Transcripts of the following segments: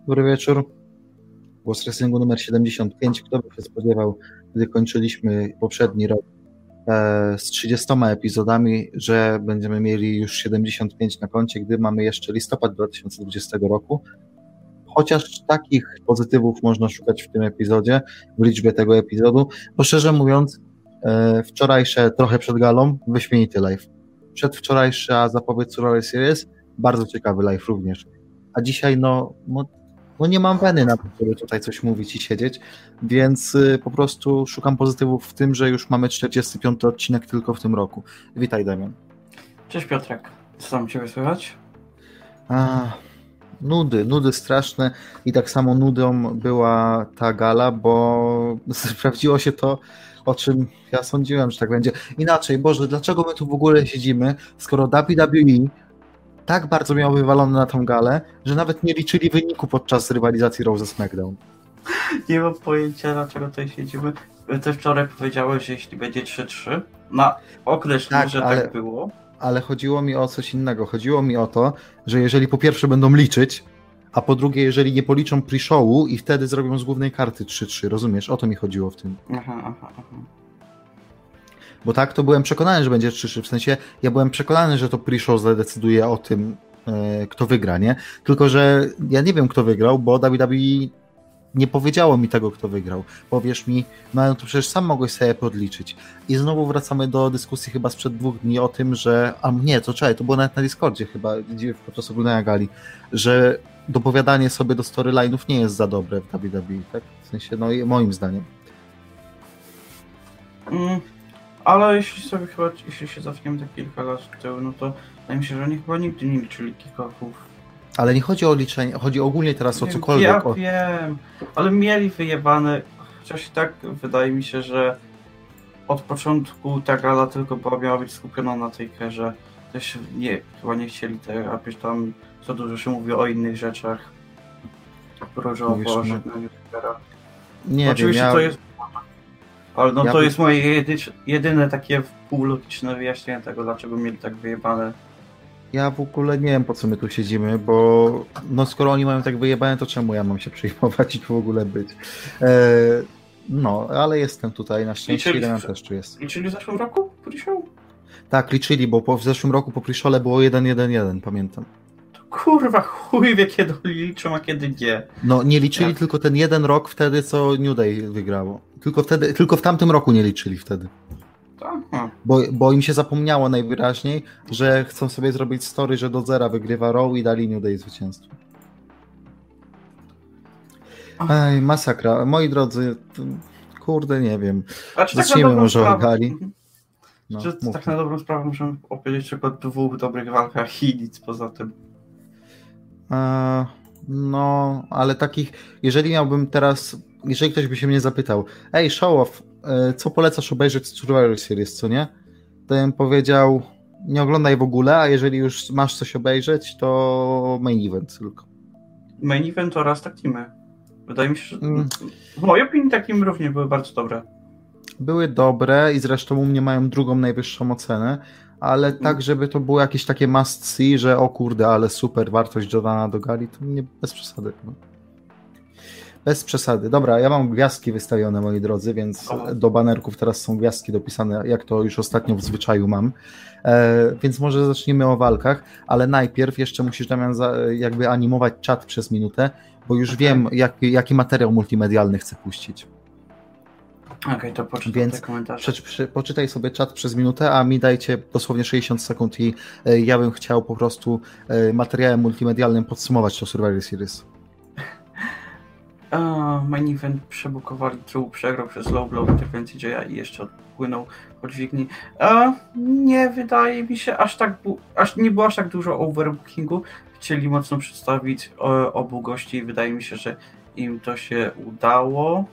Dobry wieczór. Głos Wrestlingu numer 75. Kto by się spodziewał, gdy kończyliśmy poprzedni rok z 30 epizodami, że będziemy mieli już 75 na koncie, gdy mamy jeszcze listopad 2020 roku. Chociaż takich pozytywów można szukać w tym epizodzie, w liczbie tego epizodu, bo szczerze mówiąc, wczorajsze trochę przed galą, wyśmienity live. Przedwczorajsza zapowiedź Survivor Series, bardzo ciekawy live również. A dzisiaj no nie mam weny na to, żeby tutaj coś mówić i siedzieć, więc po prostu szukam pozytywów w tym, że już mamy 45 odcinek tylko w tym roku. Witaj, Damian. Cześć Piotrek, co tam Ciebie słychać? Nudy straszne i tak samo nudą była ta gala, bo sprawdziło się to, o czym ja sądziłem, że tak będzie. Inaczej, Boże, dlaczego my tu w ogóle siedzimy, skoro WWE tak bardzo miał wywalone na tą galę, że nawet nie liczyli wyniku podczas rywalizacji Raw ze SmackDown. Nie mam pojęcia, dlaczego tutaj siedzimy. Ty wczoraj powiedziałeś, że jeśli będzie 3-3, na określę, tak, że tak było. Ale chodziło mi o coś innego. Chodziło mi o to, że jeżeli po pierwsze będą liczyć, a po drugie, jeżeli nie policzą pre-showu i wtedy zrobią z głównej karty 3-3, rozumiesz? O to mi chodziło w tym. Aha. Bo tak, to byłem przekonany, że będzie 3-3, w sensie ja byłem przekonany, że to pre-show zadecyduje o tym, kto wygra, nie? Tylko, że ja nie wiem, kto wygrał, bo WWE nie powiedziało mi tego, kto wygrał. Powiesz mi, no to przecież sam mogłeś sobie podliczyć. I znowu wracamy do dyskusji chyba sprzed 2 dni o tym, że, to było nawet na Discordzie chyba, podczas oglądania gali, że dopowiadanie sobie do storyline'ów nie jest za dobre w WWE, tak? W sensie, no moim zdaniem. Ale jeśli się cofniemy tak kilka lat w tył, no to wydaje mi się, że oni chyba nigdy nie liczyli kickoffów. Ale nie chodzi o liczenie, chodzi ogólnie teraz o cokolwiek. Ja wiem, ale mieli wyjebane, chociaż i tak wydaje mi się, że od początku ta gala tylko miała być skupiona na tej kerze. Też chyba nie chcieli tego, abyś tam za dużo się mówi o innych rzeczach. Próżowo, żegnaniu Twittera. Nie oczywiście wiem, to jest. Ale no to jest moje jedyne takie półlogiczne wyjaśnienie tego, dlaczego mieli tak wyjebane. Ja w ogóle nie wiem, po co my tu siedzimy, bo no skoro oni mają tak wyjebane, to czemu ja mam się przejmować i tu w ogóle być? No, ale jestem tutaj, na szczęście Irena też tu jest. Liczyli w zeszłym roku pre-show? Tak, liczyli, bo w zeszłym roku po pre-show'le było 1-1-1, pamiętam. To kurwa chuj wie, kiedy liczą, a kiedy nie. No, nie liczyli tylko ten jeden rok wtedy, co New Day wygrało. Tylko w tamtym roku nie liczyli wtedy. Bo im się zapomniało najwyraźniej, że chcą sobie zrobić story, że do zera wygrywa Raw i dali New Day zwycięstwo. Ej, masakra. Moi drodzy, kurde, nie wiem. Zacznijmy tak może od gali. No, tak na dobrą sprawę możemy opowiedzieć tylko o 2 dobrych walkach i nic poza tym. No, ale takich, jeżeli ktoś by się mnie zapytał, ej, show off, co polecasz obejrzeć z Survivor Series, co nie? To bym powiedział, nie oglądaj w ogóle, a jeżeli już masz coś obejrzeć, to main event tylko. Main event oraz tag teamy. Wydaje mi się, że w mojej opinii tag teamy również były bardzo dobre. Były dobre i zresztą u mnie mają 2. najwyższą ocenę, ale tak, żeby to było jakieś takie must see, że o kurde, ale super, wartość dodana do gali, to nie, bez przesady. No. Bez przesady. Dobra, ja mam gwiazdki wystawione, moi drodzy, więc do banerków teraz są gwiazdki dopisane, jak to już ostatnio w zwyczaju mam. Więc może zacznijmy o walkach, ale najpierw jeszcze musisz, Damian, jakby animować czat przez minutę, bo już wiem, jaki materiał multimedialny chcę puścić. Okej, to poczytaj te komentarze. Poczytaj sobie czat przez minutę, a mi dajcie dosłownie 60 sekund i ja bym chciał po prostu materiałem multimedialnym podsumować to Survivor Series. Main event przebukowali, Drew przegrał przez low blow interwencji Jaya i jeszcze odpłynął po dźwigni. Nie wydaje mi się, nie było aż tak dużo overbookingu. Chcieli mocno przedstawić obu gości i wydaje mi się, że im to się udało.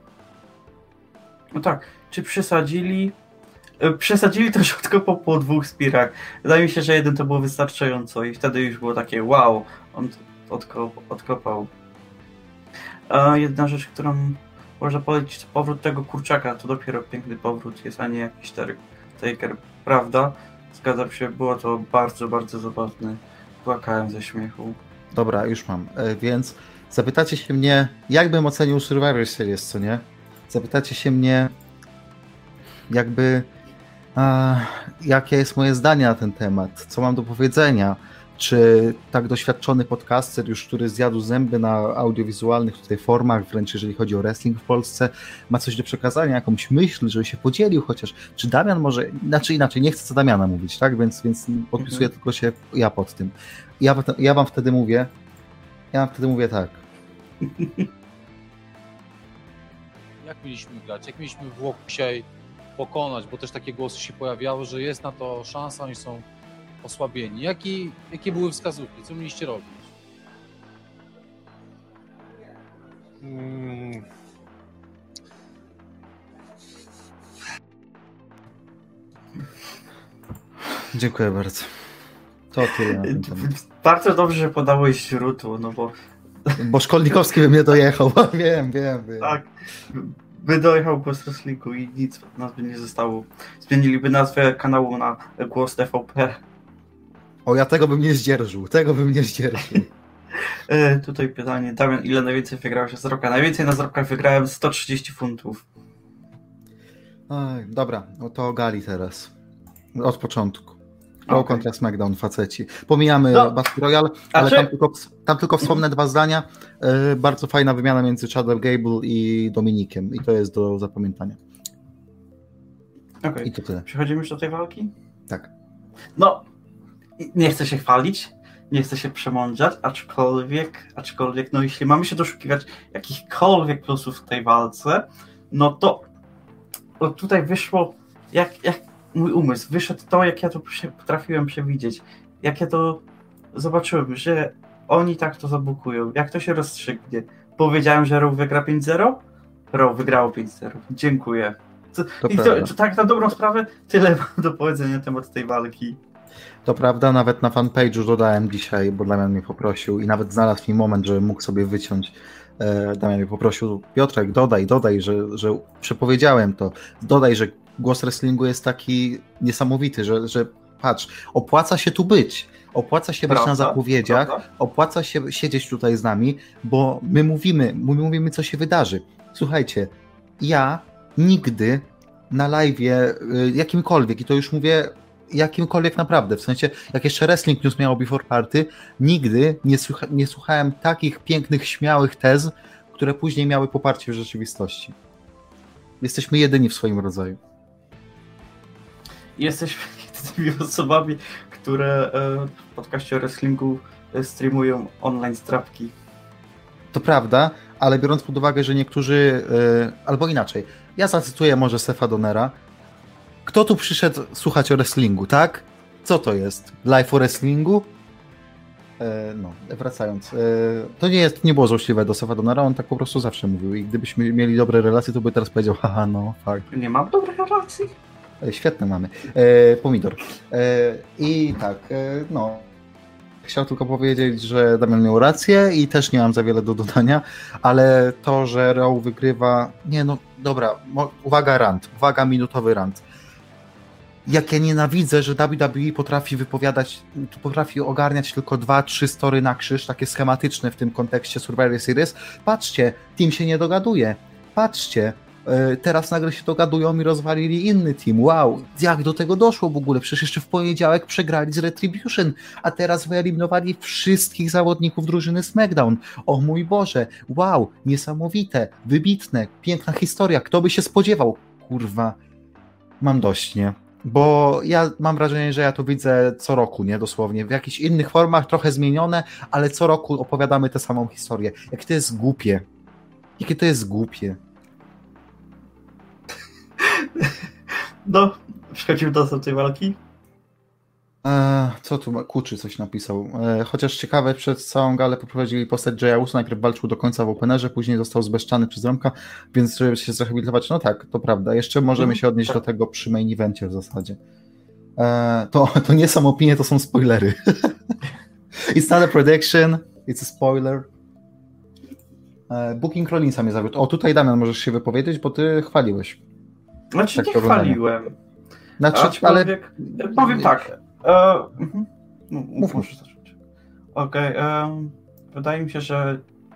No tak, czy przesadzili? Przesadzili troszeczkę po 2 spirach. Wydaje mi się, że jeden to było wystarczająco i wtedy już było takie wow, on odkopał. Jedna rzecz, którą można powiedzieć, to powrót tego kurczaka, to dopiero piękny powrót jest, a nie jakiś Taker. Prawda? Zgadzam się, było to bardzo, bardzo zabawne. Płakałem ze śmiechu. Dobra, już mam. Więc Zapytacie się mnie, jak bym ocenił Survivor Series, co nie? Zapytacie się mnie, jakby, jakie jest moje zdanie na ten temat, co mam do powiedzenia, czy tak doświadczony podcaster już, który zjadł zęby na audiowizualnych tutaj formach, wręcz jeżeli chodzi o wrestling w Polsce, ma coś do przekazania, jakąś myśl, żeby się podzielił chociaż, czy Damian może, inaczej, nie chcę co Damiana mówić, tak, więc podpisuję tylko się ja pod tym. Ja wam wtedy mówię tak. Jak mieliśmy grać? Jak mieliśmy Włoch dzisiaj pokonać? Bo też takie głosy się pojawiały, że jest na to szansa, oni są osłabieni. Jakie były wskazówki? Co mieliście robić? Dziękuję bardzo. To tyle. Bardzo dobrze, że podałeś źródło, no bo Szkolnikowski by mnie dojechał. Wiem. Tak. By dojechał Głos Wrestlingu i nic od nas by nie zostało. Zmieniliby nazwę kanału na Głos TVP. O, ja tego bym nie zdzierżył. Tutaj pytanie, Damian, ile najwięcej wygrałeś z Roka? Najwięcej na Zrokach wygrałem 130 funtów. Dobra, no to Gali teraz. Od początku. Raw kontra SmackDown, faceci. Pomijamy Battle Royale, ale tam tylko wspomnę 2 zdania. Bardzo fajna wymiana między Chadem Gable i Dominikiem i to jest do zapamiętania. I to tyle. Przechodzimy już do tej walki? Tak. No, nie chcę się chwalić, nie chcę się przemądrzać, aczkolwiek, no jeśli mamy się doszukiwać jakichkolwiek plusów w tej walce, no to tutaj wyszło, jak mój umysł, wyszedł to, jak ja to potrafiłem przewidzieć, jak ja to zobaczyłem, że oni tak to zabukują, jak to się rozstrzygnie. Powiedziałem, że Raw wygra 5-0? Raw wygrało 5-0. Dziękuję. To tak na dobrą sprawę, tyle mam do powiedzenia na temat tej walki. To prawda, nawet na fanpage'u dodałem dzisiaj, bo Damian mnie poprosił i nawet znalazł mi moment, że mógł sobie wyciąć. Damian mnie poprosił, Piotrek, dodaj, że przepowiedziałem to. Dodaj, że Głos Wrestlingu jest taki niesamowity, że patrz, opłaca się tu być. Opłaca się być na zapowiedziach, opłaca się siedzieć tutaj z nami, bo my mówimy, co się wydarzy. Słuchajcie, ja nigdy na live'ie jakimkolwiek, i to już mówię jakimkolwiek naprawdę, w sensie jak jeszcze Wrestling News miało Before Party, nigdy nie słuchałem takich pięknych, śmiałych tez, które później miały poparcie w rzeczywistości. Jesteśmy jedyni w swoim rodzaju. Jesteśmy tymi osobami, które w podcaście o wrestlingu streamują online strapki. To prawda, ale biorąc pod uwagę, że niektórzy, albo inaczej, ja zacytuję może Stefa Donnera. Kto tu przyszedł słuchać o wrestlingu, tak? Co to jest? Live o wrestlingu? Wracając. To nie było złośliwe do Stefa Donnera, on tak po prostu zawsze mówił i gdybyśmy mieli dobre relacje, to by teraz powiedział, haha, no, fakt. Nie mam dobrych relacji? Świetne mamy. Pomidor. I tak, chciał tylko powiedzieć, że Damian miał rację i też nie mam za wiele do dodania, ale to, że Raw wygrywa... Uwaga, minutowy rant. Jak ja nienawidzę, że WWE potrafi ogarniać tylko 2-3 story na krzyż, takie schematyczne w tym kontekście Survivor Series. Patrzcie, team się nie dogaduje. Patrzcie, teraz nagle się dogadują i rozwalili inny team. Wow, jak do tego doszło w ogóle? Przecież jeszcze w poniedziałek przegrali z Retribution, a teraz wyeliminowali wszystkich zawodników drużyny SmackDown. O mój Boże, wow, niesamowite, wybitne, piękna historia. Kto by się spodziewał? Kurwa, mam dość, nie? Bo ja mam wrażenie, że ja to widzę co roku, nie? Dosłownie. W jakichś innych formach, trochę zmienione, ale co roku opowiadamy tę samą historię. Jakie to jest głupie. Jakie to jest głupie. No, przechodzimy do następnej walki. Co tu? Kuczy coś napisał. Chociaż ciekawe, przed całą galę poprowadzili postać Jaya Uso, najpierw walczył do końca w openerze, później został zbeszczany przez Romka, więc żeby się zrehabilitować, no tak, to prawda. Jeszcze możemy się odnieść do tego przy main evencie w zasadzie. To nie są opinie, to są spoilery. It's not a prediction, it's a spoiler. Booking Rollinsa mnie zawiódł. O, tutaj Damian możesz się wypowiedzieć, bo ty chwaliłeś. Znaczy tak nie chwaliłem. Ale... Powiem tak. Mów, możesz zacząć. Okej. Wydaje mi się, że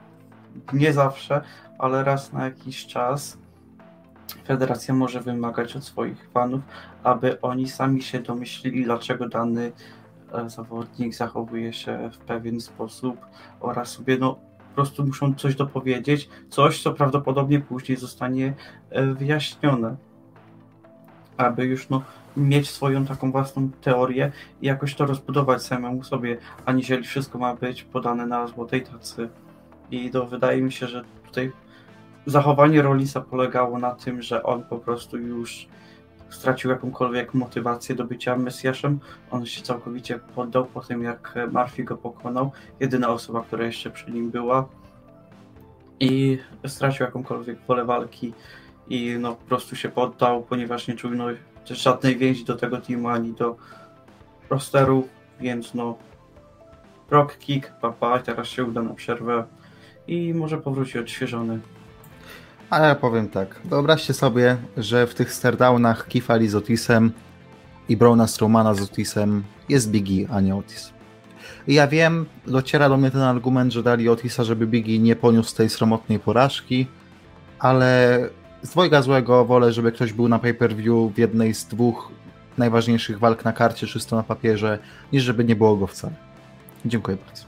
nie zawsze, ale raz na jakiś czas federacja może wymagać od swoich fanów, aby oni sami się domyślili, dlaczego dany zawodnik zachowuje się w pewien sposób oraz sobie po prostu muszą coś dopowiedzieć, coś, co prawdopodobnie później zostanie wyjaśnione, aby już mieć swoją taką własną teorię i jakoś to rozbudować samemu sobie, aniżeli wszystko ma być podane na złotej tacy. I wydaje mi się, że tutaj zachowanie Rollisa polegało na tym, że on po prostu już stracił jakąkolwiek motywację do bycia Mesjaszem. On się całkowicie poddał po tym, jak Murphy go pokonał. Jedyna osoba, która jeszcze przy nim była. I stracił jakąkolwiek wolę walki i po prostu się poddał, ponieważ nie czuł też żadnej więzi do tego teamu, ani do rosteru, więc rock kick, papa, teraz się uda na przerwę i może powróci odświeżony. A ja powiem tak, wyobraźcie sobie, że w tych stardownach Keitha Lee z Otisem i Brauna Strowmana z Otisem jest Big E, a nie Otis. I ja wiem, dociera do mnie ten argument, że dali Otisa, żeby Big E nie poniósł tej sromotnej porażki, ale z dwojga złego wolę, żeby ktoś był na pay-per-view w jednej z dwóch najważniejszych walk na karcie, czysto na papierze, niż żeby nie było go wcale. Dziękuję bardzo.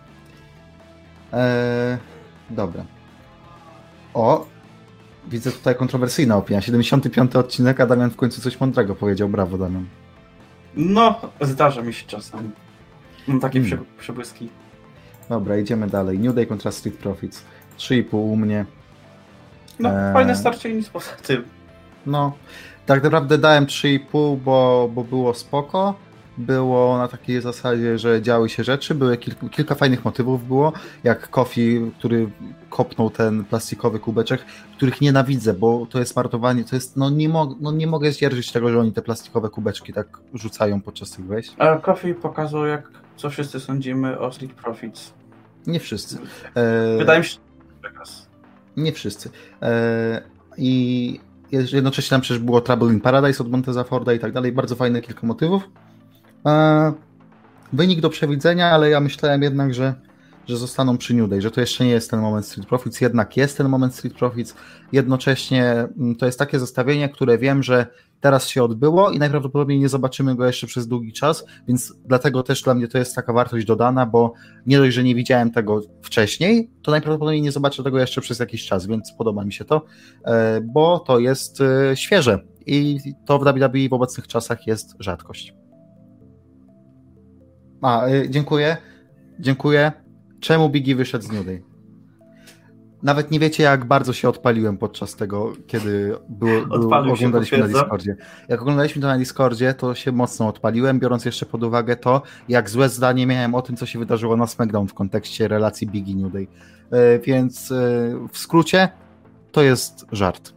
Dobra. Widzę tutaj kontrowersyjna opinia. 75. odcinek, a Damian w końcu coś mądrego powiedział. Brawo, Damian. Zdarza mi się czasem. Mam takie przebłyski. Dobra, idziemy dalej. New Day kontra Street Profits. 3,5 u mnie. Fajne starcie i nic poza tym. Tak naprawdę dałem 3,5, bo było spoko. Było na takiej zasadzie, że działy się rzeczy, były kilka fajnych motywów było, jak Kofi, który kopnął ten plastikowy kubeczek, których nienawidzę, bo to jest marnowanie, to jest, nie mogę zdzierżyć tego, że oni te plastikowe kubeczki tak rzucają podczas tych wejść. A Kofi pokazał, co wszyscy sądzimy o Street Profits. Nie wszyscy. Wydaje mi się, że przekaz. Nie wszyscy. I jednocześnie tam przecież było Trouble in Paradise od Monteza Forda i tak dalej, bardzo fajne kilka motywów. Wynik do przewidzenia, ale ja myślałem jednak, że zostaną przy New Day, że to jeszcze nie jest ten moment Street Profits, jednak jest ten moment Street Profits. Jednocześnie to jest takie zestawienie, które wiem, że teraz się odbyło i najprawdopodobniej nie zobaczymy go jeszcze przez długi czas, więc dlatego też dla mnie to jest taka wartość dodana, bo nie dość, że nie widziałem tego wcześniej, to najprawdopodobniej nie zobaczę tego jeszcze przez jakiś czas, więc podoba mi się to, bo to jest świeże i to w WWE w obecnych czasach jest rzadkość. Dziękuję. Czemu Big E wyszedł z New Day? Nawet nie wiecie, jak bardzo się odpaliłem podczas tego, kiedy oglądaliśmy na Discordzie. Jak oglądaliśmy to na Discordzie, to się mocno odpaliłem, biorąc jeszcze pod uwagę to, jak złe zdanie miałem o tym, co się wydarzyło na SmackDown w kontekście relacji Big E New Day. Więc w skrócie, to jest żart.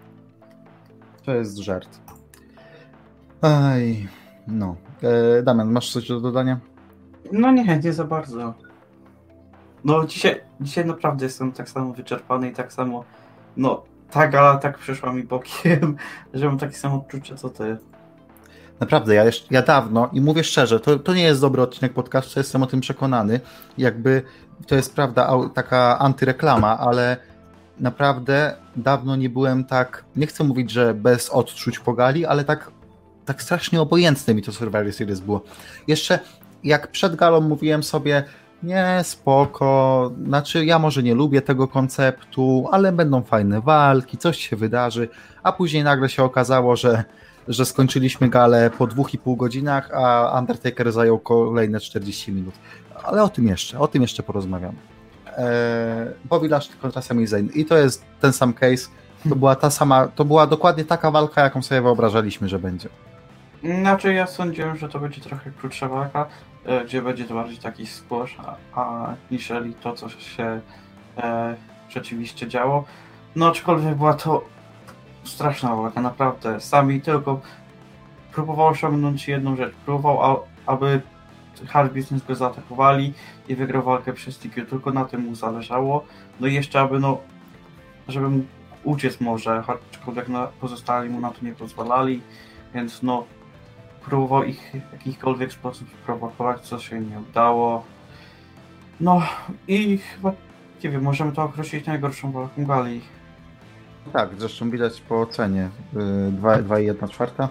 Damian, masz coś do dodania? Nie za bardzo. Dzisiaj naprawdę jestem tak samo wyczerpany i tak samo, ta gala tak przyszła mi bokiem, że mam takie samo odczucie co ty. Naprawdę, ja dawno, i mówię szczerze, to nie jest dobry odcinek podcastu, jestem o tym przekonany, jakby to jest prawda, taka antyreklama, ale naprawdę dawno nie byłem tak, nie chcę mówić, że bez odczuć po gali, ale tak strasznie obojętne mi to Survivor Series było. Jeszcze jak przed galą mówiłem sobie, nie, spoko, znaczy ja może nie lubię tego konceptu, ale będą fajne walki, coś się wydarzy, a później nagle się okazało, że skończyliśmy galę po 2,5 godzinach, a Undertaker zajął kolejne 40 minut. Ale o tym jeszcze porozmawiamy. Bobby Lashley kontra Sami Zayn i to jest ten sam case, to była dokładnie taka walka, jaką sobie wyobrażaliśmy, że będzie. Znaczy ja sądziłem, że to będzie trochę krótsza walka, gdzie będzie to bardziej taki squash, aniżeli to, co się rzeczywiście działo. Aczkolwiek była to straszna walka, naprawdę. Sami tylko próbował osiągnąć jedną rzecz. Próbował, aby Hard Business go zaatakowali i wygrał walkę przez TQ. Tylko na tym mu zależało. I jeszcze aby żeby mu uciec może, aczkolwiek pozostali mu na to nie pozwalali, więc próbował ich w jakikolwiek sposób sprowokować, co się nie udało. I chyba perspektywie możemy to określić najgorszą walką gali. Tak, zresztą widać po ocenie 2,1/4.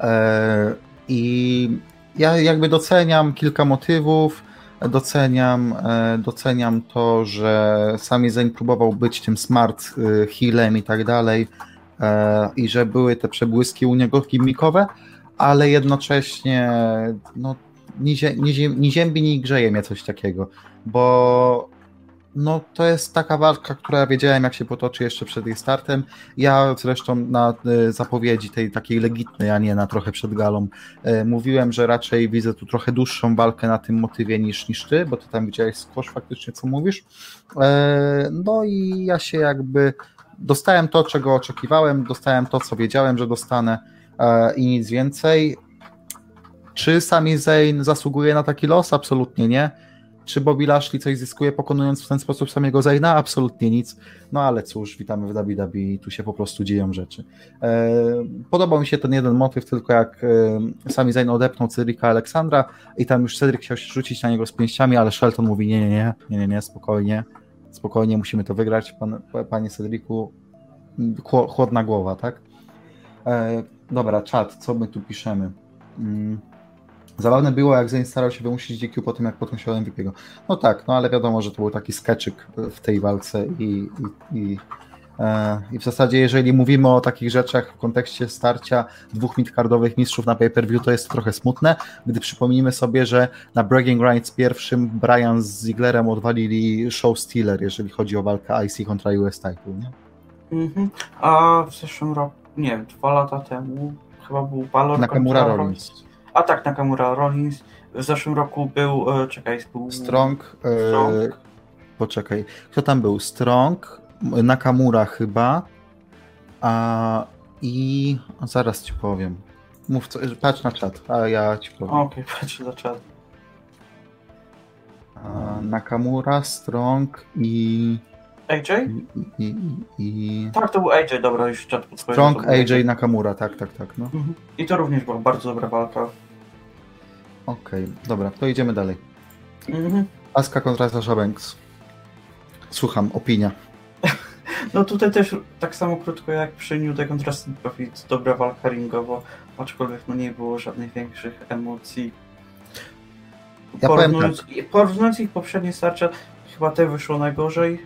I ja jakby doceniam kilka motywów, doceniam to, że Sami Zayn próbował być tym smart healem i tak dalej i że były te przebłyski u niego gimmickowe, ale jednocześnie no, nie ziębi, nie grzeje mnie coś takiego, bo no to jest taka walka, która wiedziałem jak się potoczy jeszcze przed jej startem. Ja zresztą na zapowiedzi tej takiej legitnej, a nie na trochę przed galą, mówiłem, że raczej widzę tu trochę dłuższą walkę na tym motywie niż ty, bo ty tam widziałeś squash faktycznie, co mówisz. No i ja się jakby dostałem to, czego oczekiwałem, dostałem to, co wiedziałem, że dostanę i nic więcej. Czy Sami Zayn zasługuje na taki los? Absolutnie nie. Czy Bobby Lashley coś zyskuje pokonując w ten sposób samego Zayna? Absolutnie nic. No ale cóż, witamy w WWE, tu się po prostu dzieją rzeczy. Podobał mi się ten jeden motyw, tylko jak Sami Zayn odepnął Cedrika Aleksandra i tam już Cedric chciał się rzucić na niego z pięściami, ale Shelton mówi nie, spokojnie, musimy to wygrać, panie Cedricu. Chłodna głowa, tak? Dobra, czat, co my tu piszemy? Zabawne było, jak Zayn starał się wymusić DQ po tym, jak potem się MVP-go. No tak, no ale wiadomo, że to był taki skeczyk w tej walce i w zasadzie jeżeli mówimy o takich rzeczach w kontekście starcia dwóch midcardowych mistrzów na pay-per-view, to jest trochę smutne, gdy przypomnimy sobie, że na Bragging Rights pierwszym Bryan z Zigglerem odwalili show stealer, jeżeli chodzi o walkę IC kontra US title, nie? A w zeszłym roku, nie wiem, 2 lata temu chyba był Balor Nakamura Rollins. A tak, Nakamura Rollins. W zeszłym roku był, był Strong. Poczekaj, kto tam był? Strong, Nakamura chyba, i zaraz ci powiem. Mów, patrz na czat, a ja ci powiem. Okej, patrz na czat. Nakamura, Strong i... AJ? I... Tak, to był AJ, dobra, już czat podpowiedział. Strong, AJ, Nakamura, tak, no. I to również była bardzo dobra walka. Okej, dobra, to idziemy dalej. Mhm. Asuka kontra Sasha Banks. Słucham, opinia. No tutaj też tak samo krótko jak przy New Day kontra Street Profits, dobra walka ringowo, aczkolwiek no nie było żadnych większych emocji. Ja Porównując ich poprzednie starcia, chyba te wyszło najgorzej.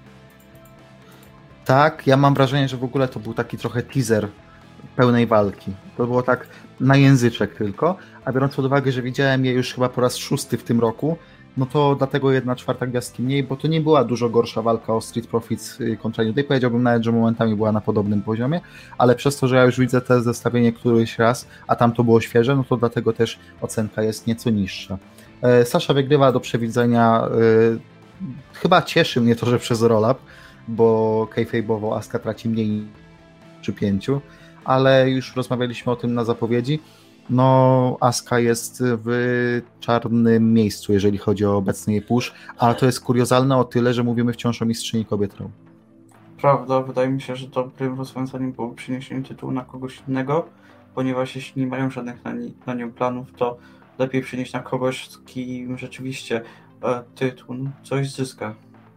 Tak, ja mam wrażenie, że w ogóle to był taki trochę teaser pełnej walki. To było tak na języczek tylko, a biorąc pod uwagę, że widziałem je już chyba po raz 6 w tym roku, no to dlatego 1/4 gwiazdki mniej, bo to nie była dużo gorsza walka o Street Profits kontra New Day. Powiedziałbym nawet, że momentami była na podobnym poziomie, ale przez to, że ja już widzę te zestawienie któryś raz, a tam to było świeże, no to dlatego też ocenka jest nieco niższa. Sasha wygrywa do przewidzenia. Chyba cieszy mnie to, że przez roll-up, bo kayfabe'owo Asuka traci mniej przy 5, ale już rozmawialiśmy o tym na zapowiedzi. No, Asuka jest w czarnym miejscu, jeżeli chodzi o obecny jej push, ale to jest kuriozalne o tyle, że mówimy wciąż o mistrzyni kobiet Raw. Prawda, wydaje mi się, że dobrym rozwiązaniem było przeniesienie tytułu na kogoś innego, ponieważ jeśli nie mają żadnych na nią planów, to lepiej przenieść na kogoś, z kim rzeczywiście tytuł coś zyska.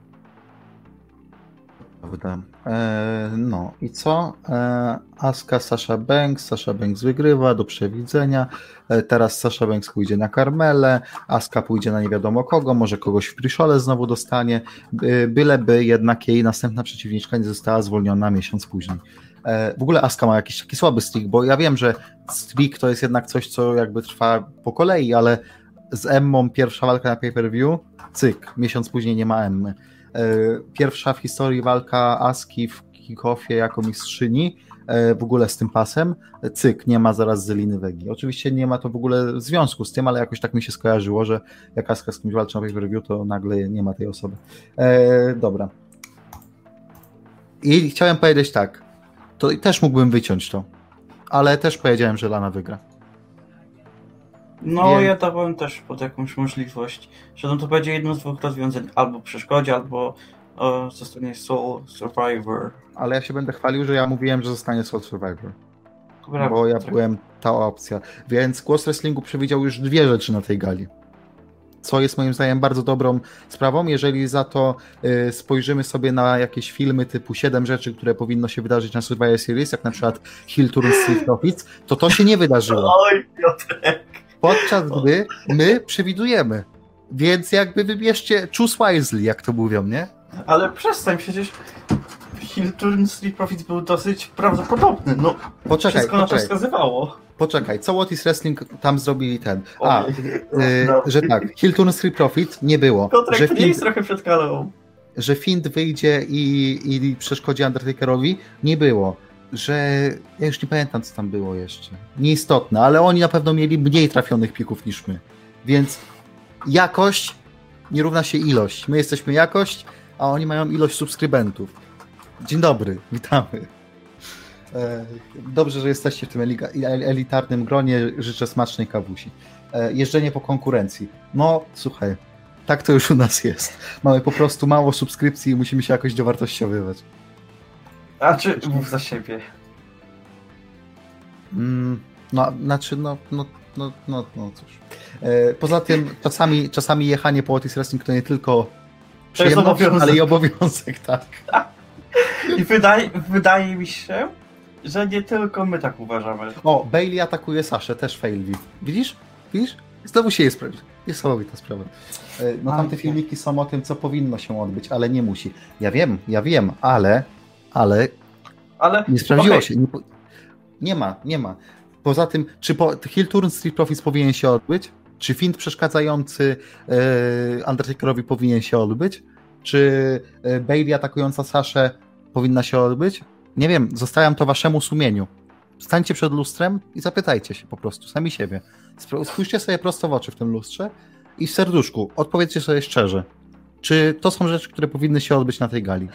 Prawda. No i co? Asuka, Sasha Banks wygrywa do przewidzenia. Teraz Sasha Banks pójdzie na Carmelę, Asuka pójdzie na nie wiadomo kogo, może kogoś w Triszole znowu dostanie, byleby jednak jej następna przeciwniczka nie została zwolniona miesiąc później. W ogóle Asuka ma jakiś taki słaby streak, bo ja wiem, że streak to jest jednak coś, co jakby trwa po kolei, ale z Emmą pierwsza walka na pay-per-view, cyk, miesiąc później nie ma Emmy. Pierwsza w historii walka Asuki w kick-offie jako mistrzyni, w ogóle z tym pasem, cyk, nie ma zaraz Zeliny Wegi. Oczywiście nie ma to w ogóle związku z tym, ale jakoś tak mi się skojarzyło, że jak Asuka z kimś walczy na pay-per-view, to nagle nie ma tej osoby. Dobra. I chciałem powiedzieć tak, to też mógłbym wyciąć to, ale też powiedziałem, że Lana wygra. No, ja dawałem też pod jakąś możliwość, że no to będzie jedno z dwóch rozwiązań, albo przeszkodzie, albo zostanie Soul Survivor. Ale ja się będę chwalił, że ja mówiłem, że zostanie Soul Survivor. Dobra, bo ja byłem ta opcja. Więc Głos Wrestlingu przewidział już 2 rzeczy na tej gali. co jest moim zdaniem bardzo dobrą sprawą. Jeżeli za to spojrzymy sobie na jakieś filmy typu 7 rzeczy, które powinno się wydarzyć na Survivor Series, jak na przykład Heel Turn Street Profits, to się nie wydarzyło. Oj, Piotrek. Podczas gdy my przewidujemy. Więc jakby wybierzcie, choose wisely, jak to mówią, nie? Ale przestań, przecież Heel Turn Street Profits był dosyć prawdopodobny. No, wszystko na to wskazywało. Poczekaj, co What is Wrestling tam zrobili ten? No. Że tak, Heel Turn Street Profit nie było. Piotrek, Że to nie jest trochę przed kalą. Że Fiend wyjdzie i przeszkodzi Undertakerowi, nie było. Że ja już nie pamiętam, co tam było jeszcze. Nieistotne, ale oni na pewno mieli mniej trafionych pików niż my. Więc jakość nie równa się ilość. My jesteśmy jakość, a oni mają ilość subskrybentów. Dzień dobry, witamy. Dobrze, że jesteście w tym elitarnym gronie. Życzę smacznej kawusi. Jeżdżenie po konkurencji. No, słuchaj, tak to już u nas jest. Mamy po prostu mało subskrypcji i musimy się jakoś dowartościowywać. A czy mów za siebie? No, znaczy, no cóż. Poza tym czasami jechanie po Otis Wrestling to nie tylko przyjemność, ale i obowiązek, tak. I wydaje mi się, że nie tylko my tak uważamy. O, Bayley atakuje Saszę, też fail. Widzisz? Znowu się jest niesamowita sprawa. No tamte filmiki są o tym, co powinno się odbyć, ale nie musi. Ja wiem, ale nie sprawdziło się. Nie ma. Poza tym, czy Heel Turn Street Profits powinien się odbyć? Czy Fiend przeszkadzający Undertakerowi powinien się odbyć? Czy Bayley atakująca Saszę powinna się odbyć? Nie wiem, zostawiam to waszemu sumieniu. Stańcie przed lustrem i zapytajcie się po prostu, sami siebie. Spójrzcie sobie prosto w oczy w tym lustrze i w serduszku odpowiedzcie sobie szczerze. Czy to są rzeczy, które powinny się odbyć na tej gali?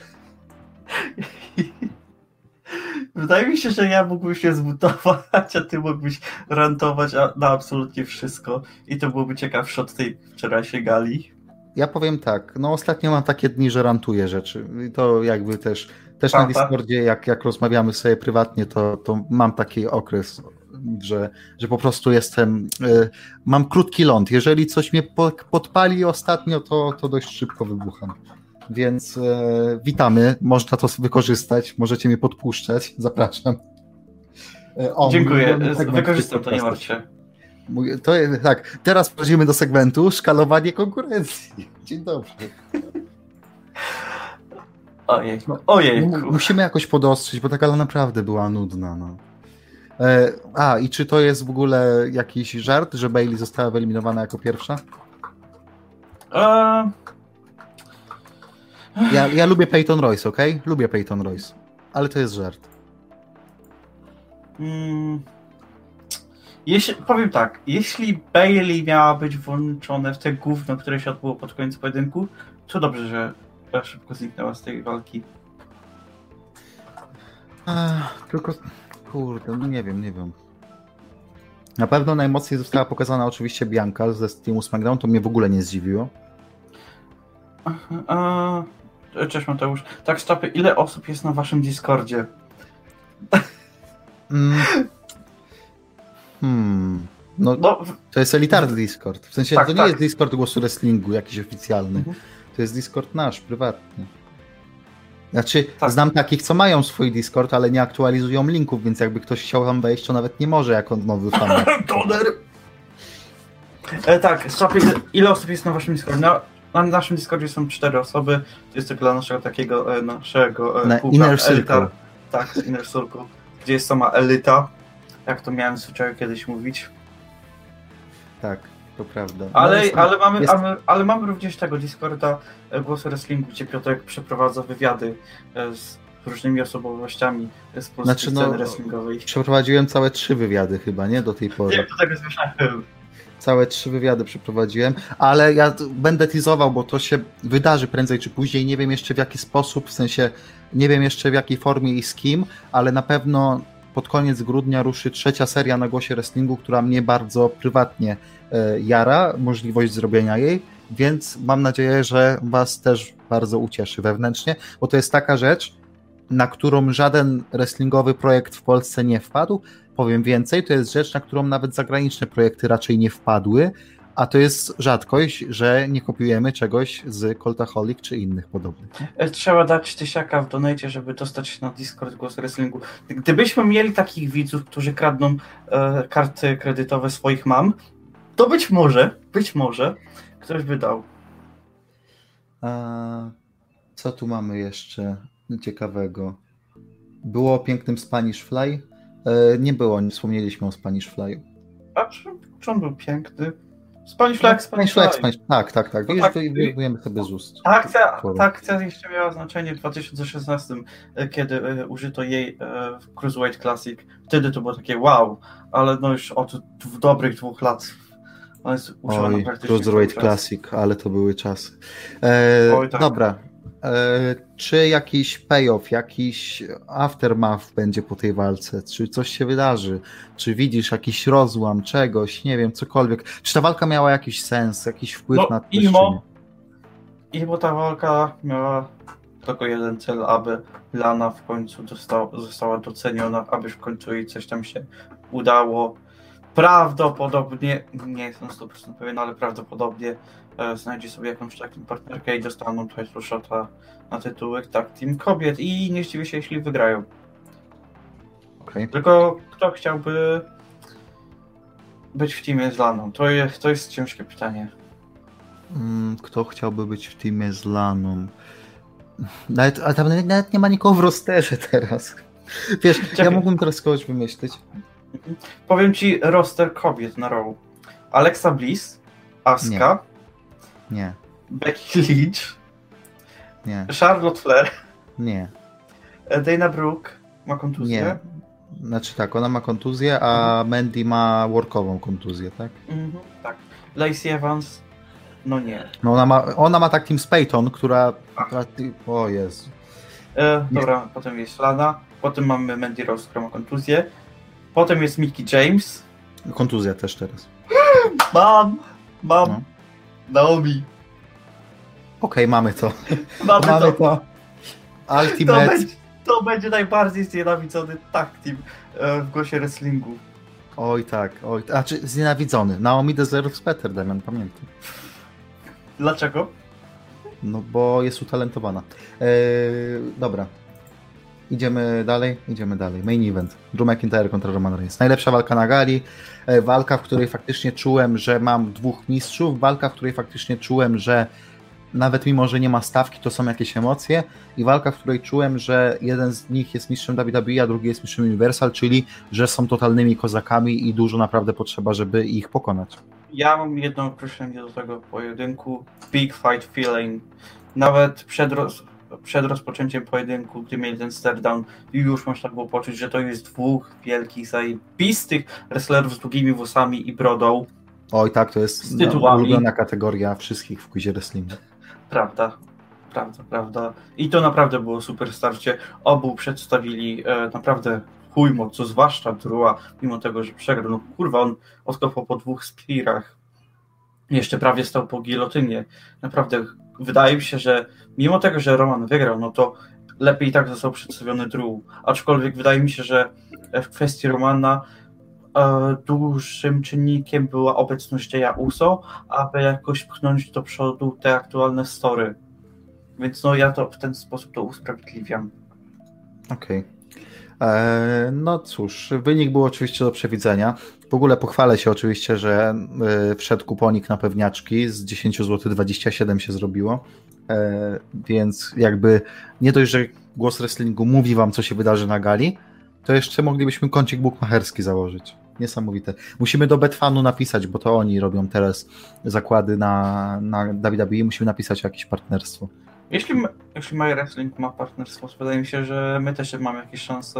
Wydaje mi się, że ja mógłbym się zmutować, a ty mógłbyś rantować na absolutnie wszystko i to byłoby ciekawsze od tej wczorajszej gali. Ja powiem tak, no ostatnio mam takie dni, że rantuję rzeczy. I to jakby też na Discordzie, jak rozmawiamy sobie prywatnie, to mam taki okres, że po prostu mam krótki ląd. Jeżeli coś mnie podpali ostatnio, to dość szybko wybucham. Więc witamy, można to wykorzystać, możecie mnie podpuszczać, zapraszam. Dziękuję, wykorzystam to, nie martw się. Tak, teraz przechodzimy do segmentu szkalowanie konkurencji. Dzień dobry. Ojejku. Musimy jakoś podostrzyć, bo ta gala naprawdę była nudna. No. I czy to jest w ogóle jakiś żart, że Bayley została wyeliminowana jako pierwsza? Ja lubię Peyton Royce, okej? Lubię Peyton Royce, ale to jest żart. Powiem tak, jeśli Bayley miała być włączone w te gówno, które się odbyło pod koniec pojedynku, to dobrze, że szybko zniknęła z tej walki. Tylko, kurde, no nie wiem. Na pewno najmocniej została pokazana oczywiście Bianca ze Teamu SmackDown, to mnie w ogóle nie zdziwiło. Cześć Mateusz. Tak, stopy, ile osób jest na waszym Discordzie? No, to jest elitarny Discord. W sensie, to nie jest Discord Głosu Wrestlingu jakiś oficjalny. To jest Discord nasz, prywatny. Znaczy, znam takich, co mają swój Discord, ale nie aktualizują linków, więc jakby ktoś chciał tam wejść, to nawet nie może jako nowy fan. Tak, stopy, ile osób jest na waszym Discordzie? Na naszym Discordzie są 4 osoby. To jest tylko dla naszego takiego Inner Circle. Tak, Inner Circle, gdzie jest sama elita. Jak to miałem zwyczaju kiedyś mówić. Tak, to prawda. Ale mamy również tego Discorda Głosu Wrestlingu, gdzie Piotrek przeprowadza wywiady z różnymi osobowościami z polskiej sceny wrestlingowej. Przeprowadziłem całe 3 wywiady chyba, nie? Do tej pory. Nie, do tego zmieszałem. Całe 3 wywiady przeprowadziłem, ale ja będę teasował, bo to się wydarzy prędzej czy później. Nie wiem jeszcze w jaki sposób, w sensie nie wiem jeszcze w jakiej formie i z kim, ale na pewno pod koniec grudnia ruszy 3. seria na Głosie Wrestlingu, która mnie bardzo prywatnie jara, możliwość zrobienia jej, więc mam nadzieję, że was też bardzo ucieszy wewnętrznie, bo to jest taka rzecz, na którą żaden wrestlingowy projekt w Polsce nie wpadł. Powiem więcej, to jest rzecz, na którą nawet zagraniczne projekty raczej nie wpadły, A to jest rzadkość, że nie kopiujemy czegoś z Cultaholic czy innych podobnych. Trzeba dać tysiaka w donate, żeby dostać się na Discord Głos Wrestlingu. Gdybyśmy mieli takich widzów, którzy kradną karty kredytowe swoich mam, to być może ktoś by dał. A co tu mamy jeszcze ciekawego? Było o pięknym Spanish Fly? Nie było, nie wspomnieliśmy o Spanish Fly. A czy on był piękny? Spanish Flag. Tak. Wiesz, wyjmujemy sobie z ust. Ta akcja jeszcze miała znaczenie w 2016, kiedy użyto jej w Cruiserweight Classic. Wtedy to było takie wow, ale no już od dobrych 2 lat ona jest używana praktycznie. Cruiserweight Classic, ale to były czasy. Tak. Dobra. Czy jakiś payoff, jakiś aftermath będzie po tej walce? Czy coś się wydarzy? Czy widzisz jakiś rozłam czegoś? Nie wiem, cokolwiek. Czy ta walka miała jakiś sens, jakiś wpływ na to? Bo ta walka miała tylko jeden cel, aby Lana w końcu została doceniona, aby w końcu jej coś tam się udało. Prawdopodobnie, nie jestem 100% pewien, ale prawdopodobnie znajdzie sobie jakąś taką partnerkę i dostaną title shota na tytuły tag team kobiet i nie zdziwię się, jeśli wygrają. Okay. Tylko kto chciałby być w teamie z Laną? To jest ciężkie pytanie. Kto chciałby być w teamie z Laną? Ale tam nawet nie ma nikogo w rosterze teraz. Wiesz, ja mógłbym teraz kogoś wymyślić. Powiem ci roster kobiet na Raw. Alexa Bliss, Asuka, Nie. Becky Lynch, Nie. Charlotte Flair, Nie. Dana Brooke ma kontuzję. Nie. Znaczy tak, ona ma kontuzję, a Mandy ma workową kontuzję, tak? Tak. Lacey Evans, no nie. No ona ma tak team z Peyton, która... O Jezu. Dobra, potem jest Lana, potem mamy Mandy Rose, która ma kontuzję, potem jest Mickie James. Kontuzja też teraz. Mam. Naomi. Okej, mamy to. Mamy to. Ultimate. To będzie najbardziej znienawidzony tag team w Głosie Wrestlingu. Oj tak. Znaczy znienawidzony. Naomi deserves better, Damian, pamiętam. Dlaczego? No bo jest utalentowana. Dobra. Idziemy dalej. Main event. Drew McIntyre kontra Roman Reigns. Najlepsza walka na gali. Walka, w której faktycznie czułem, że mam 2 mistrzów. Walka, w której faktycznie czułem, że nawet mimo, że nie ma stawki, to są jakieś emocje. I walka, w której czułem, że jeden z nich jest mistrzem WWE, a drugi jest mistrzem Universal, czyli że są totalnymi kozakami i dużo naprawdę potrzeba, żeby ich pokonać. Ja mam jedno określenie do tego pojedynku. Big fight feeling. Nawet przed rozpoczęciem pojedynku, gdy mieli ten stare down, już można było poczuć, że to jest 2 wielkich, zajebistych wrestlerów z długimi włosami i brodą. Oj tak, to jest ulubiona kategoria wszystkich w quizie wrestlingu. Prawda. I to naprawdę było super starcie. Obu przedstawili naprawdę chuj moc, zwłaszcza Drewa, mimo tego, że przegrał. No kurwa, on odkopał po 2 spearach. Jeszcze prawie stał po gilotynie. Naprawdę wydaje mi się, że mimo tego, że Roman wygrał, no to lepiej tak został przedstawiony Drew. Aczkolwiek wydaje mi się, że w kwestii Romana dużym czynnikiem była obecność Jaya Uso, aby jakoś pchnąć do przodu te aktualne story. Więc no ja to w ten sposób to usprawiedliwiam. Okej. No cóż, wynik był oczywiście do przewidzenia. W ogóle pochwalę się oczywiście, że wszedł kuponik na pewniaczki, z 10 zł 27 się zrobiło, więc jakby nie dość, że Głos Wrestlingu mówi wam, co się wydarzy na gali, to jeszcze moglibyśmy kącik bukmacherski założyć. Niesamowite. Musimy do Betfanu napisać, bo to oni robią teraz zakłady na WWE, musimy napisać jakieś partnerstwo. Jeśli My Wrestling ma partnerstwo, to wydaje mi się, że my też mamy jakieś szanse.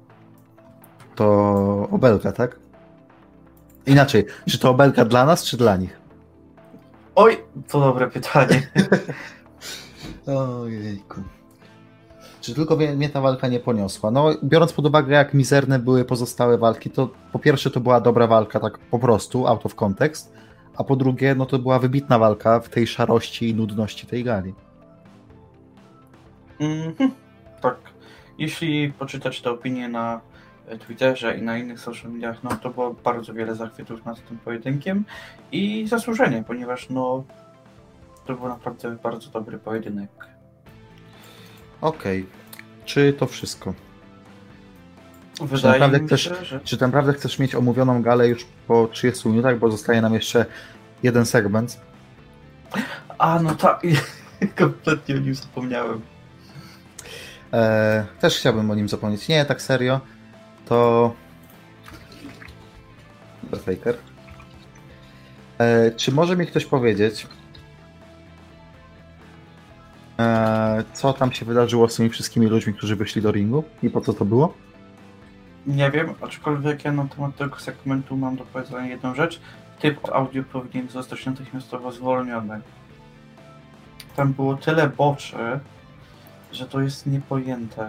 To obelga, tak? Inaczej, czy to obelga dla nas, czy dla nich? Oj, to dobre pytanie. Ojejku. Czy tylko mnie ta walka nie poniosła? No, biorąc pod uwagę, jak mizerne były pozostałe walki, to po pierwsze to była dobra walka, tak po prostu, out of context, a po drugie, no to była wybitna walka w tej szarości i nudności tej gali. Tak. Jeśli poczytać te opinie na Twitterze i na innych social mediach, no to było bardzo wiele zachwytów nad tym pojedynkiem i zasłużenie, ponieważ no to był naprawdę bardzo dobry pojedynek. Okej. Czy to wszystko? Wydaje mi się, że... Czy naprawdę chcesz mieć omówioną galę już po 30 minutach, bo zostaje nam jeszcze jeden segment? A, no tak, kompletnie o nim zapomniałem. Też chciałbym o nim zapomnieć. Nie, tak serio, to... Undertaker. Czy może mi ktoś powiedzieć, co tam się wydarzyło z tymi wszystkimi ludźmi, którzy wyszli do ringu i po co to było? Nie wiem, aczkolwiek ja na temat tego segmentu mam do powiedzenia jedną rzecz. Typ audio powinien zostać natychmiastowo zwolniony. Tam było tyle boczy, że to jest niepojęte.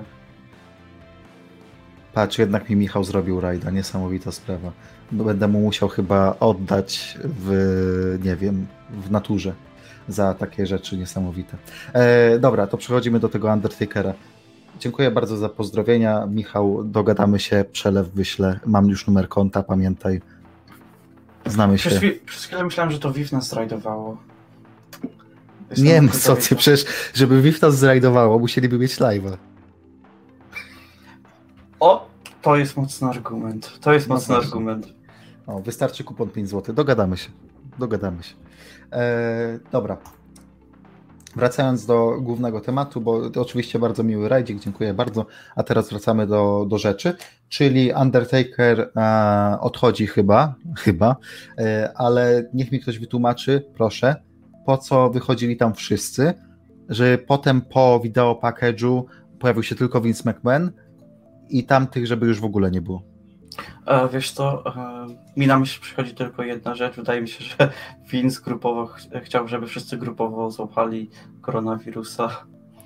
Patrz, jednak mi Michał zrobił rajda, niesamowita sprawa. Będę mu musiał chyba oddać nie wiem, w naturze za takie rzeczy niesamowite. Dobra, to przechodzimy do tego Undertakera. Dziękuję bardzo za pozdrowienia. Michał, dogadamy się, przelew wyślę. Mam już numer konta, pamiętaj. Znamy się. Przez chwilę myślałem, że to Viv nas zrajdowało. Nie no, co ty, przecież żeby Viv nas zrajdowało, musieliby mieć live'a. O, to jest mocny argument. To jest mocny argument. O, wystarczy kupon 5 zł. Dogadamy się. Dobra. Wracając do głównego tematu, bo to oczywiście bardzo miły rajdzik, dziękuję bardzo, a teraz wracamy do rzeczy, czyli Undertaker odchodzi chyba, ale niech mi ktoś wytłumaczy, proszę, po co wychodzili tam wszyscy, że potem po wideo package'u pojawił się tylko Vince McMahon i tamtych, żeby już w ogóle nie było. Wiesz co, mi na myśl przychodzi tylko jedna rzecz. Wydaje mi się, że Vince grupowo chciał, żeby wszyscy grupowo złapali koronawirusa.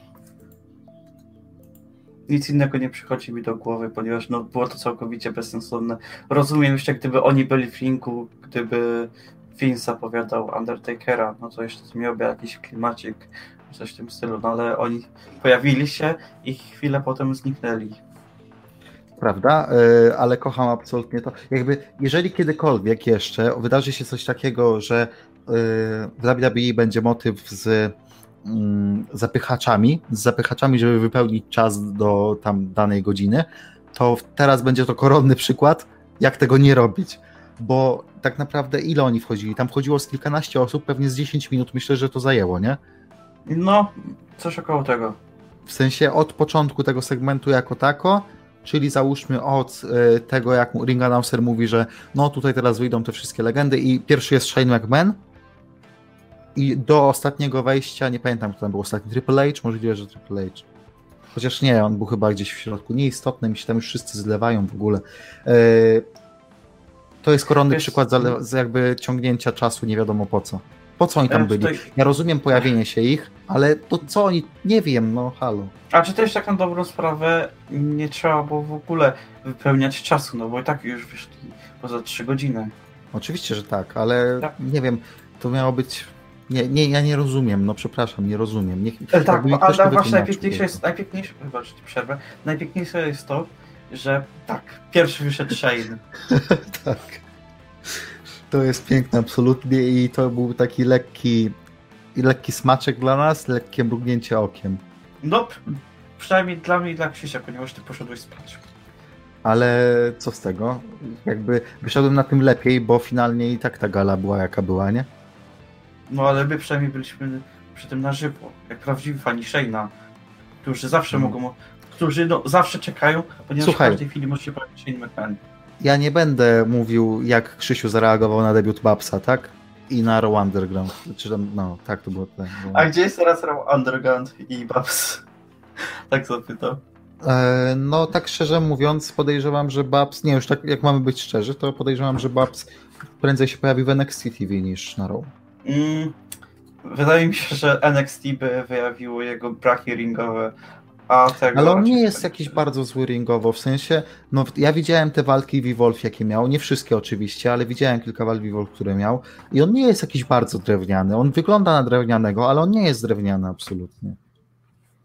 Nic innego nie przychodzi mi do głowy, ponieważ no, było to całkowicie bezsensowne. Rozumiem jeszcze, gdyby oni byli w ringu, gdyby Vince zapowiadał Undertakera, no to jeszcze miałby jakiś klimacik, coś w tym stylu, no ale oni pojawili się i chwilę potem zniknęli. Prawda? Ale kocham absolutnie to. Jakby, jeżeli kiedykolwiek jeszcze wydarzy się coś takiego, że w WWE będzie motyw z zapychaczami, żeby wypełnić czas do tam danej godziny, to teraz będzie to koronny przykład, jak tego nie robić. Bo tak naprawdę ile oni wchodzili? Tam wchodziło z kilkanaście osób, pewnie z 10 minut myślę, że to zajęło, nie? No, coś około tego. W sensie od początku tego segmentu jako tako, czyli załóżmy od tego, jak ring announcer mówi, że no tutaj teraz wyjdą te wszystkie legendy i pierwszy jest Shane McMahon i do ostatniego wejścia, nie pamiętam kto tam był ostatni, Triple H, możliwe, że Triple H. Chociaż nie, on był chyba gdzieś w środku, nieistotne, mi się tam już wszyscy zlewają w ogóle. To jest koronny przykład za jakby ciągnięcia czasu nie wiadomo po co. Po co oni tam byli? Ja rozumiem pojawienie się ich, ale to co oni, nie wiem, no halo. A czy też tak na dobrą sprawę nie trzeba było w ogóle wypełniać czasu, no bo i tak już wyszli poza 3 godziny. Oczywiście, że tak, ale nie wiem, to miało być... Nie, ja nie rozumiem, no przepraszam, nie rozumiem. Tak, ale właśnie najpiękniejsze, chyba, że ci przerwę, najpiękniejsze jest to, że tak, pierwszy wyszedł Shane. Tak. To jest piękne absolutnie i to był taki lekki smaczek dla nas, lekkie mrugnięcie okiem. No, przynajmniej dla mnie i dla Krzysia, ponieważ ty poszedłeś spać. Ale co z tego? Jakby wyszedłem na tym lepiej, bo finalnie i tak ta gala była jaka była, nie? No ale my przynajmniej byliśmy przy tym na żywo, jak prawdziwi fani Shane'a, którzy zawsze mogą, którzy no, zawsze czekają, ponieważ w każdej chwili może się pojawić Shane McMahon. Ja nie będę mówił, jak Krzysiu zareagował na debiut Babsa, tak? I na Raw Underground. Czy tam, no, tak to było. Tak, bo... A gdzie jest teraz Raw Underground i Babs? Tak zapytam. No, tak szczerze mówiąc, podejrzewam, że Babs, nie już tak jak mamy być szczerzy, to podejrzewam, że Babs prędzej się pojawi w NXT TV niż na Raw. Wydaje mi się, że NXT by wyjawiło jego braki ringowe. Ale on nie jest jakiś bardzo zły ringowo, w sensie, no ja widziałem te walki Vivolf, jakie miał, nie wszystkie oczywiście, ale widziałem kilka walk Vivolf, które miał i on nie jest jakiś bardzo drewniany, on wygląda na drewnianego, ale on nie jest drewniany absolutnie.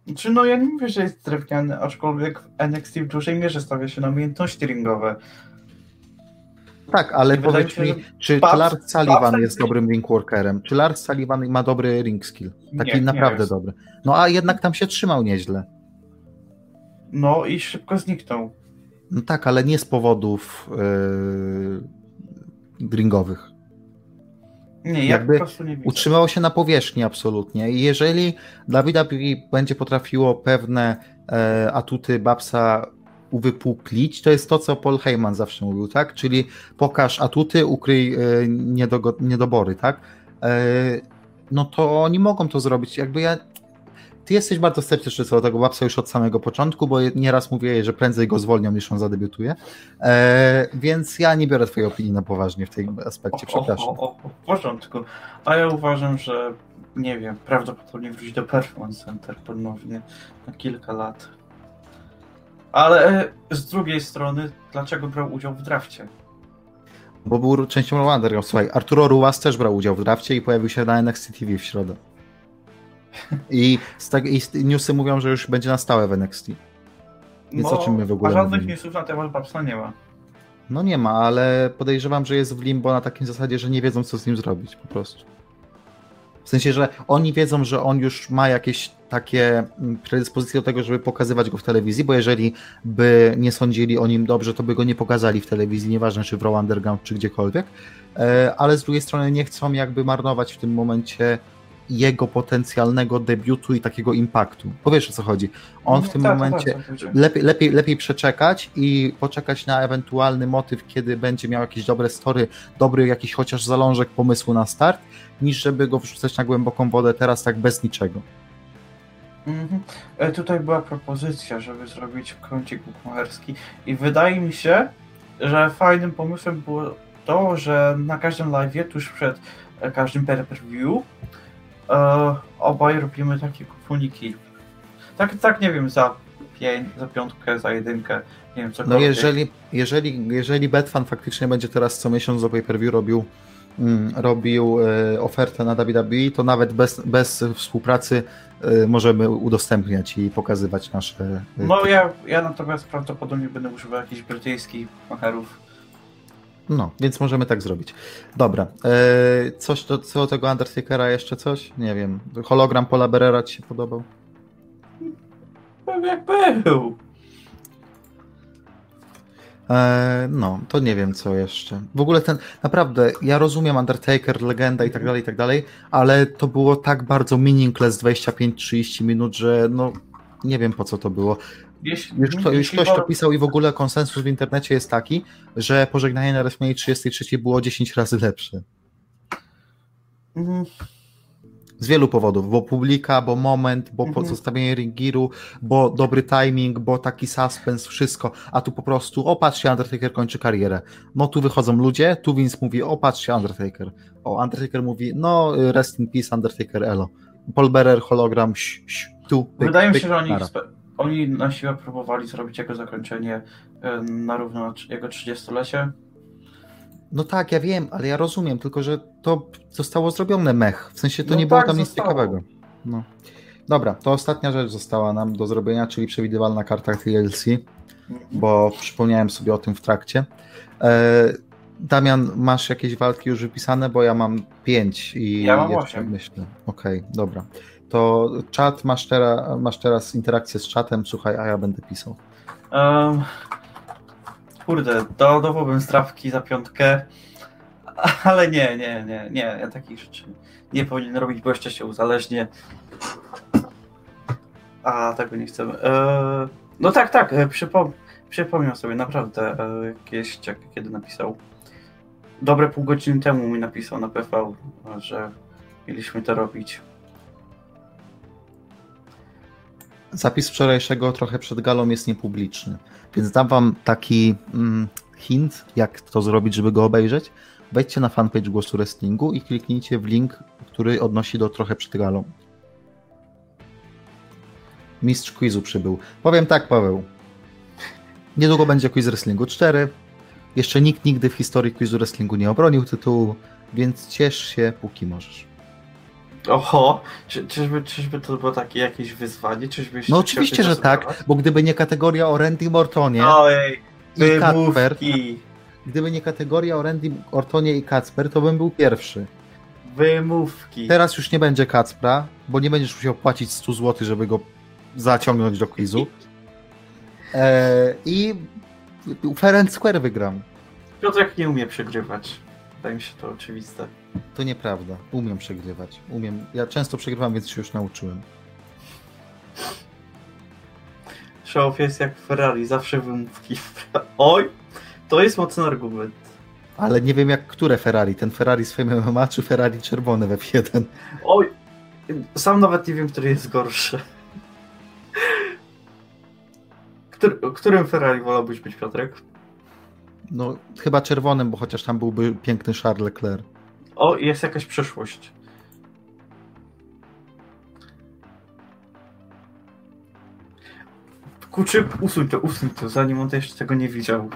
Znaczy, no ja nie mówię, że jest drewniany, aczkolwiek w NXT w dużej mierze stawia się na umiejętności ringowe. Tak, ale I wydaje powiedz mi się, mi, że czy Babs- Lars Sullivan Babs- jest dobrym ringworkerem? Czy Lars Sullivan ma dobry ring skill? Taki Nie, nie naprawdę jest. dobry. No a jednak tam się trzymał nieźle. No i szybko zniknął. No tak, ale nie z powodów ringowych. Nie, ja Jakby po prostu nie widzę. Utrzymywał się na powierzchni absolutnie. I jeżeli WWE będzie potrafiło pewne atuty Babsa uwypuklić, to jest to, co Paul Heyman zawsze mówił, tak? Czyli pokaż atuty, ukryj niedobory, tak? No to oni mogą to zrobić. Ty jesteś bardzo sceptyczny co do tego Babsa już od samego początku, bo nieraz mówię, że prędzej go zwolnią, niż on zadebiutuje. Więc ja nie biorę twojej opinii na poważnie w tym aspekcie, przepraszam. W porządku. A ja uważam, że nie wiem, prawdopodobnie wróci do Performance Center ponownie na kilka lat. Ale z drugiej strony, dlaczego brał udział w drafcie? Bo był częścią Raw Underground. Słuchaj, Arturo Ruas też brał udział w drafcie i pojawił się na NXT TV w środę. I newsy mówią, że już będzie na stałe w NXT. Więc o czym my w ogóle A żadnych mówimy? newsów na temat Babsa nie ma. No nie ma, ale podejrzewam, że jest w limbo na takiej zasadzie, że nie wiedzą, co z nim zrobić po prostu. W sensie, że oni wiedzą, że on już ma jakieś takie predyspozycje do tego, żeby pokazywać go w telewizji, bo jeżeli by nie sądzili o nim dobrze, to by go nie pokazali w telewizji, nieważne czy w Raw Underground, czy gdziekolwiek, ale z drugiej strony nie chcą jakby marnować w tym momencie jego potencjalnego debiutu i takiego impaktu. Bo wiesz, o co chodzi. On w tym momencie lepiej przeczekać i poczekać na ewentualny motyw, kiedy będzie miał jakieś dobre story, dobry jakiś chociaż zalążek pomysłu na start, niż żeby go wrzucać na głęboką wodę teraz tak bez niczego. Tutaj była propozycja, żeby zrobić kącik bukmacherski i wydaje mi się, że fajnym pomysłem było to, że na każdym live'ie, tuż przed każdym pay-per-view obaj robimy takie kuponiki. Tak nie wiem, za piątkę, za jedynkę, nie wiem, cokolwiek. No jeżeli Betfan faktycznie będzie teraz co miesiąc do pay-per-view robił ofertę na WWE, to nawet bez współpracy możemy udostępniać i pokazywać nasze... No ja natomiast prawdopodobnie będę używał jakichś brytyjskich macherów. No, więc możemy tak zrobić. Dobra. Coś co do tego Undertakera jeszcze coś? Nie wiem. Hologram Paula Bearera ci się podobał? Jak był. No, to nie wiem co jeszcze. W ogóle naprawdę, ja rozumiem Undertaker, legenda i tak dalej, ale to było tak bardzo meaningless 25-30 minut, że no nie wiem po co to było. Już ktoś to pisał i w ogóle konsensus w internecie jest taki, że pożegnanie na WrestleMania 33 było 10 razy lepsze. Z wielu powodów, bo publika, bo moment, bo zostawienie ringiru, bo dobry timing, bo taki suspens, wszystko, a tu po prostu, o patrzcie, Undertaker kończy karierę. No tu wychodzą ludzie, tu Vince mówi, o patrzcie, Undertaker. O, Undertaker mówi, no rest in peace, Undertaker, elo. Paul Bearer, hologram, tu. Wydaje mi się, że oni na siłę próbowali zrobić jego zakończenie na równo jego 30-lecie. No tak, ja wiem, ale ja rozumiem, tylko że to zostało zrobione mech. W sensie to nie było tam nic ciekawego. No. Dobra, to ostatnia rzecz została nam do zrobienia, czyli przewidywalna karta TLC, bo przypomniałem sobie o tym w trakcie. Damian, masz jakieś walki już wypisane, bo ja mam 5 i ja mam jeszcze 8. myślę. Okej, dobra. To czat, masz teraz interakcję z czatem, słuchaj, a ja będę pisał. Kurde, dodawałbym strawki za piątkę, ale nie, ja takich rzeczy nie powinien robić, bo jeszcze się uzależnię. A tego nie chcemy. No tak, przypomniał sobie naprawdę jakieś, kiedy napisał. Dobre pół godziny temu mi napisał na PV, że mieliśmy to robić. Zapis wczorajszego trochę przed galą jest niepubliczny, więc dam wam taki hint, jak to zrobić, żeby go obejrzeć. Wejdźcie na fanpage Głosu Wrestlingu i kliknijcie w link, który odnosi do trochę przed galą. Mistrz quizu przybył. Powiem tak, Paweł. Niedługo będzie quiz Wrestlingu 4. Jeszcze nikt nigdy w historii quizu Wrestlingu nie obronił tytułu, więc ciesz się, póki możesz. Oho, czyżby to było takie jakieś wyzwanie? Czyżbyś No oczywiście, że tak, bo gdyby nie kategoria o Randy Ortonie Ojej, i Kacper, wymówki. gdyby nie kategoria o Randy Ortonie i Kacper, to bym był pierwszy. Wymówki. Teraz już nie będzie Kacpra, bo nie będziesz musiał płacić 100 zł, żeby go zaciągnąć do quizu. I Fair and Square wygram. Piotrek nie umie przegrywać. Wydaje mi się to oczywiste. To nieprawda. Umiem przegrywać. Ja często przegrywam, więc się już nauczyłem. Show jest jak Ferrari, zawsze wymówki. Oj, to jest mocny argument. Ale nie wiem jak które Ferrari. Ten Ferrari z Fame MMA czy Ferrari czerwone w F1. Oj, sam nawet nie wiem, który jest gorszy. Którym Ferrari wolałbyś być, Piotrek? No chyba czerwonym, bo chociaż tam byłby piękny Charles Leclerc. O, jest jakaś przyszłość. Kurczę, usuń to, zanim on jeszcze tego nie widział.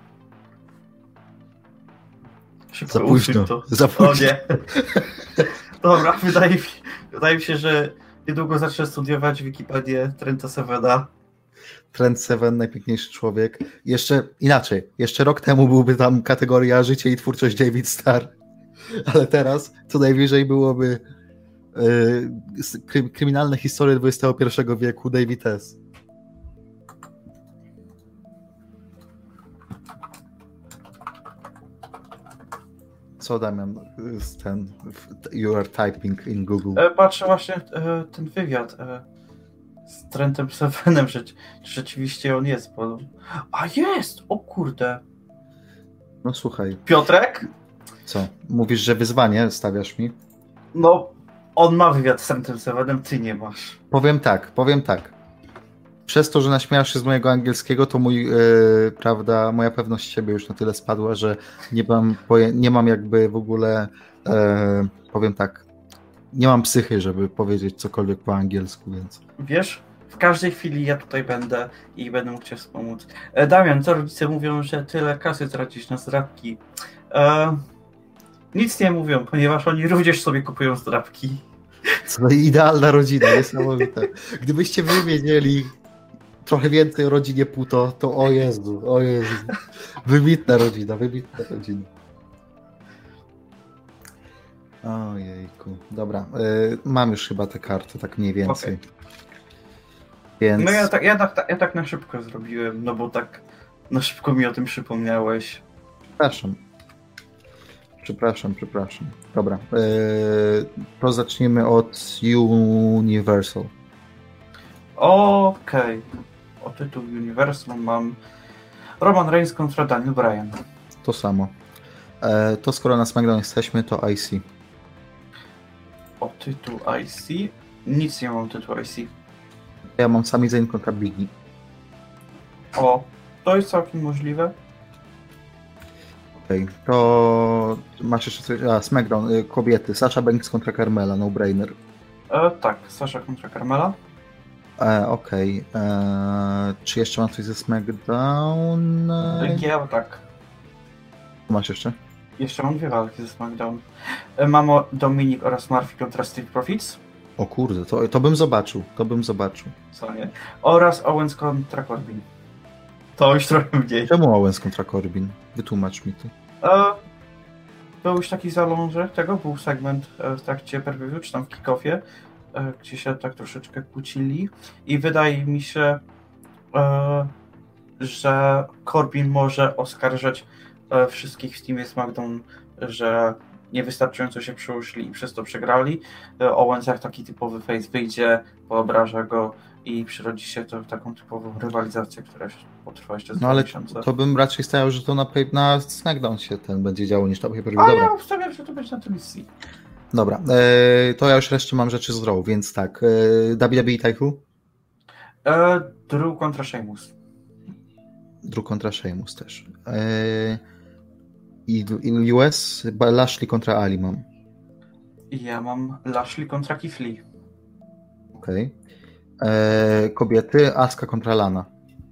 Szybko, Za późno. Za późno. O nie. Dobra, wydaje mi się, że niedługo zacznę studiować Wikipedię Trenta Sevena. Trent Seven, najpiękniejszy człowiek. Jeszcze inaczej. Jeszcze rok temu byłby tam kategoria życie i twórczość David Starr. Ale teraz co najwyżej byłoby kryminalne historie XXI wieku David S. Co Damian? You are typing in Google. Patrzę właśnie ten wywiad z Trentem Sevenem, że rzeczywiście on jest. A jest! O kurde. No słuchaj. Piotrek? Co? Mówisz, że wyzwanie stawiasz mi? No, on ma wywiad z Trentem Sevenem, ty nie masz. Powiem tak. Przez to, że naśmiałasz się z mojego angielskiego, to moja pewność siebie już na tyle spadła, że nie mam jakby w ogóle, powiem tak, nie mam psychy, żeby powiedzieć cokolwiek po angielsku, więc... Wiesz, w każdej chwili ja tutaj będę i będę mógł cię wspomóc. Damian, co rodzice mówią, że tyle kasy tracisz na zdrabki? Nic nie mówią, ponieważ oni również sobie kupują zdrabki. Co idealna rodzina, niesamowite. Gdybyście wy wiedzieli trochę więcej o rodzinie Puto, to o Jezu. Wybitna rodzina. Ojejku. Dobra, mam już chyba te karty, tak mniej więcej. Okay. Więc... No ja tak na szybko zrobiłem, no bo tak na szybko mi o tym przypomniałeś. Przepraszam. Dobra, to zaczniemy od Universal. Okej. O tytuł Universal mam Roman Reigns kontra Daniel Bryan. To samo. To skoro na SmackDown jesteśmy, to IC. O tytuł IC? Nic nie mam tytuł IC. Ja mam Sami Zayn kontra Biggie. O, to jest całkiem możliwe. Okej, to masz jeszcze coś? SmackDown, kobiety. Sasha Banks kontra Carmella, no brainer. Tak, Sasha kontra Carmella. Okej. Czy jeszcze mam coś ze SmackDown? Ja tak. Co masz jeszcze? Jeszcze mam dwie walki ze SmackDown. Mam Dominik oraz Murphy kontra Street Profits. O kurde, to bym zobaczył. Co nie? Oraz Owens kontra Corbin. To już trochę mniej. Czemu Owens kontra Corbin? Wytłumacz mi to. Był już taki zalążek tego, był segment w trakcie preview, czy tam w kick-offie, gdzie się tak troszeczkę kłócili i wydaje mi się, że Corbin może oskarżać wszystkich w teamie SmackDown, że niewystarczająco się przyłożyli i przez to przegrali. Owens jak taki typowy face wyjdzie, poobraża go i przyrodzi się to w taką typową rywalizację, która potrwa jeszcze 2 miesiące. To bym raczej stawiał, że to na SmackDown się ten będzie działo niż na pay-per-view. A dobra. ja ustawiam, że to będzie na telewizji. Dobra, to ja już reszcie mam rzeczy z Raw, więc tak. WWE title? Drew kontra Sheamus. Drew kontra Sheamus też. I US? Lashley kontra Ali mam. I ja mam Lashley kontra Keith Lee. Okej. Kobiety? Asuka kontra Lana.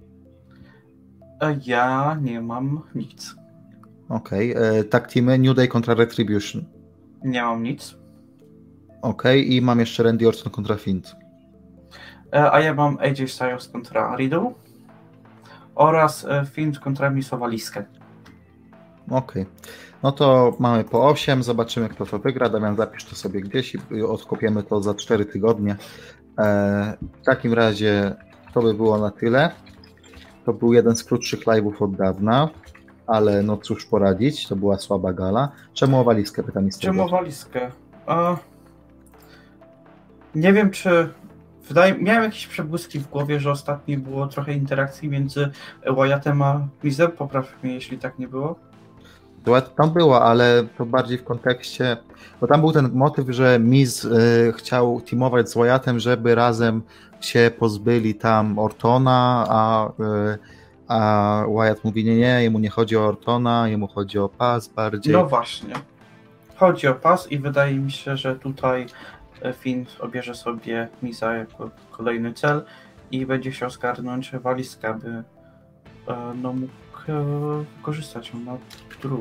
Ja nie mam nic. Okej. Tag teamy? New Day kontra Retribution. Nie mam nic. Okej, i mam jeszcze Randy Orton kontra Fiend. A ja mam AJ Styles kontra Riddle oraz Fiend kontra Misowaliskę. Okej. No to mamy po 8, zobaczymy kto to wygra. Damian, zapisz to sobie gdzieś i odkopiemy to za 4 tygodnie. W takim razie to by było na tyle. To był jeden z krótszych live'ów od dawna, ale no cóż poradzić, to była słaba gala. Czemu o walizkę, pyta mi Czemu o walizkę? Nie wiem, czy... Miałem jakieś przebłyski w głowie, że ostatnio było trochę interakcji między Wyattem a Mizem. Popraw mnie, jeśli tak nie było. Tam było, ale to bardziej w kontekście, bo tam był ten motyw, że Miz chciał teamować z Wyattem, żeby razem się pozbyli tam Ortona, a Wyatt mówi nie, jemu nie chodzi o Ortona, jemu chodzi o pas bardziej. No właśnie. Chodzi o pas i wydaje mi się, że tutaj Fiend obierze sobie Miza jako kolejny cel i będzie chciał zgarnąć walizkę, by mógł korzystać na Drew.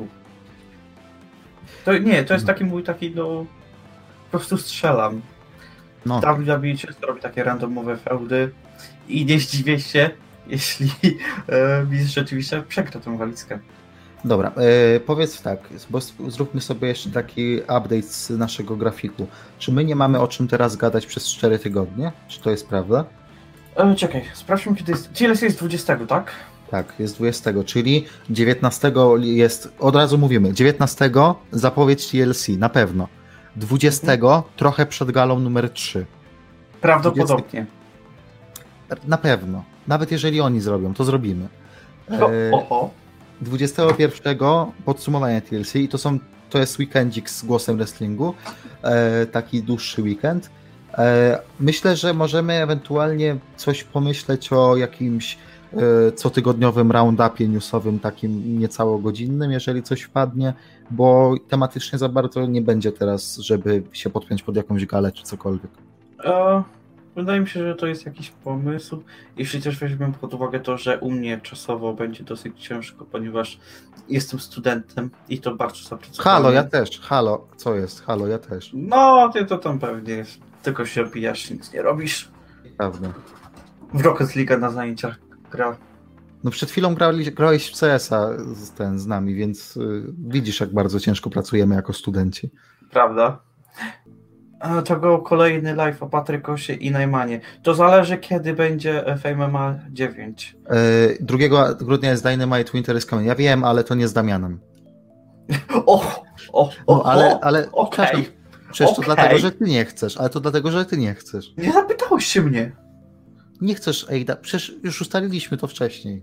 To jest taki mój po prostu strzelam. No. Tam często robi takie randomowe feudy i nie zdziwię się, jeśli Miz rzeczywiście przegra tę walizkę. Dobra, powiedz tak, bo zróbmy sobie jeszcze taki update z naszego grafiku. Czy my nie mamy o czym teraz gadać przez 4 tygodnie? Czy to jest prawda? Czekaj, sprawdźmy kiedy jest. TLC jest 20, tak? Tak, jest 20, czyli 19 jest, od razu mówimy, 19 zapowiedź TLC, na pewno. 20 trochę przed galą numer 3. Prawdopodobnie. 20... Na pewno. Nawet jeżeli oni zrobią, to zrobimy. Oho. 21 podsumowanie TLC i to jest weekendzik z głosem wrestlingu, taki dłuższy weekend. Myślę, że możemy ewentualnie coś pomyśleć o jakimś cotygodniowym round-upie newsowym, takim niecałogodzinnym, jeżeli coś wpadnie, bo tematycznie za bardzo nie będzie teraz, żeby się podpiąć pod jakąś galę czy cokolwiek. Wydaje mi się, że to jest jakiś pomysł. Jeśli też weźmiemy pod uwagę to, że u mnie czasowo będzie dosyć ciężko, ponieważ jestem studentem i to bardzo zapracowanie. Halo, ja też. Halo, co jest? Halo, ja też. No, ty to tam pewnie tylko się opijasz, nic nie robisz. Prawda. W Rocket League na zajęciach gra. No przed chwilą grałeś w CS-a z nami, więc widzisz, jak bardzo ciężko pracujemy jako studenci. Prawda? To go kolejny live o Patrykosie i Najmanie. To zależy, kiedy będzie Fame MMA 9. 2 grudnia jest Dynamite Winter is Coming. Ja wiem, ale to nie z Damianem. Ale okej. Przecież to dlatego, że ty nie chcesz. Ale to dlatego, że ty nie chcesz. Nie zapytałeś się mnie. Nie chcesz, Ejda. Przecież już ustaliliśmy to wcześniej.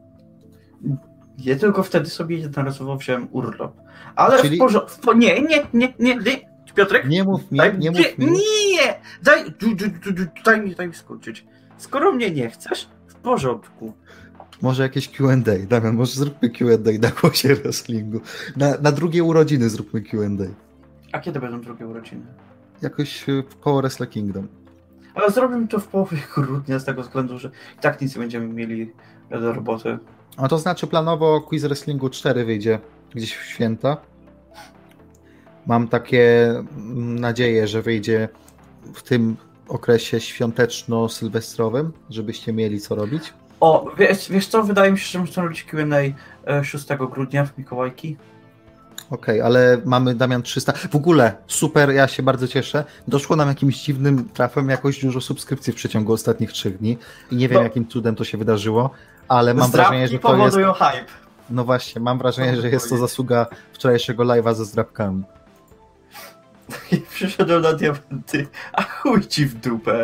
Ja tylko wtedy sobie jednorazowo wziąłem urlop. Ale czyli... w porządku. Nie. Piotrek? Nie mów mi, nie mów mi. Nie! Daj mi skończyć. Skoro mnie nie chcesz, w porządku. Może jakieś Q&A. Damian, może zróbmy Q&A na głosie wrestlingu. Na drugie urodziny zróbmy Q&A. A kiedy będą drugie urodziny? Jakoś koło Wrestle Kingdom. Ale zrobimy to w połowie grudnia z tego względu, że i tak nic nie będziemy mieli do roboty. A to znaczy planowo Quiz Wrestlingu 4 wyjdzie gdzieś w święta. Mam takie nadzieję, że wyjdzie w tym okresie świąteczno-sylwestrowym, żebyście mieli co robić. O, wiesz co? Wydaje mi się, że można robić Q&A 6 grudnia w Mikołajki. Okej, ale mamy Damian 300. W ogóle super, ja się bardzo cieszę. Doszło nam jakimś dziwnym trafem jakoś dużo subskrypcji w przeciągu ostatnich 3 dni i nie wiem jakim cudem to się wydarzyło, ale mam wrażenie, że to jest... hype. No właśnie, mam wrażenie, że jest to zasługa wczorajszego live'a ze zdrabkami. Przyszedłem na diamenty, a chuj ci w dupę.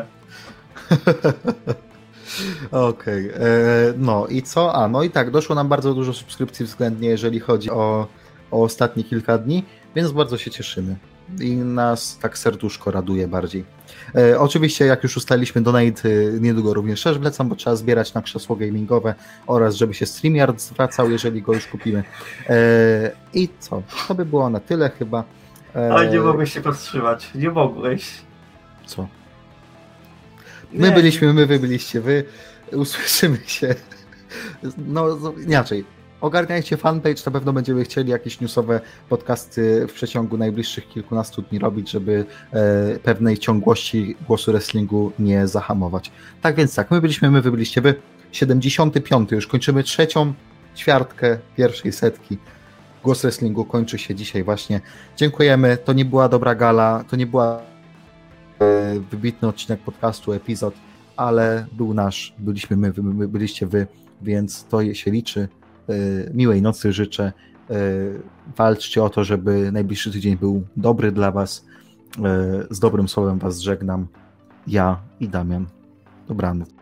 Okej, no i co? No i tak, doszło nam bardzo dużo subskrypcji względnie, jeżeli chodzi o ostatnie kilka dni, więc bardzo się cieszymy i nas tak serduszko raduje bardziej. Oczywiście, jak już ustaliliśmy, donate niedługo również też wlecam, bo trzeba zbierać na krzesło gamingowe oraz żeby się StreamYard zwracał, jeżeli go już kupimy. I co? To by było na tyle chyba. Ale nie mogłeś się powstrzymać. Nie mogłeś. Co? My byliśmy my, wy byliście wy. Usłyszymy się. No inaczej. Ogarniajcie fanpage, na pewno będziemy chcieli jakieś newsowe podcasty w przeciągu najbliższych kilkunastu dni robić, żeby pewnej ciągłości głosu wrestlingu nie zahamować. Tak więc tak, wy byliście wy. 75. Już kończymy 3. ćwiartkę pierwszej setki. Głos wrestlingu kończy się dzisiaj właśnie. Dziękujemy. To nie była dobra gala, to nie była wybitny odcinek podcastu, epizod, ale był nasz, byliśmy my, byliście wy, więc to się liczy. Miłej nocy życzę. Walczcie o to, żeby najbliższy tydzień był dobry dla was. Z dobrym słowem was żegnam. Ja i Damian. Dobranoc.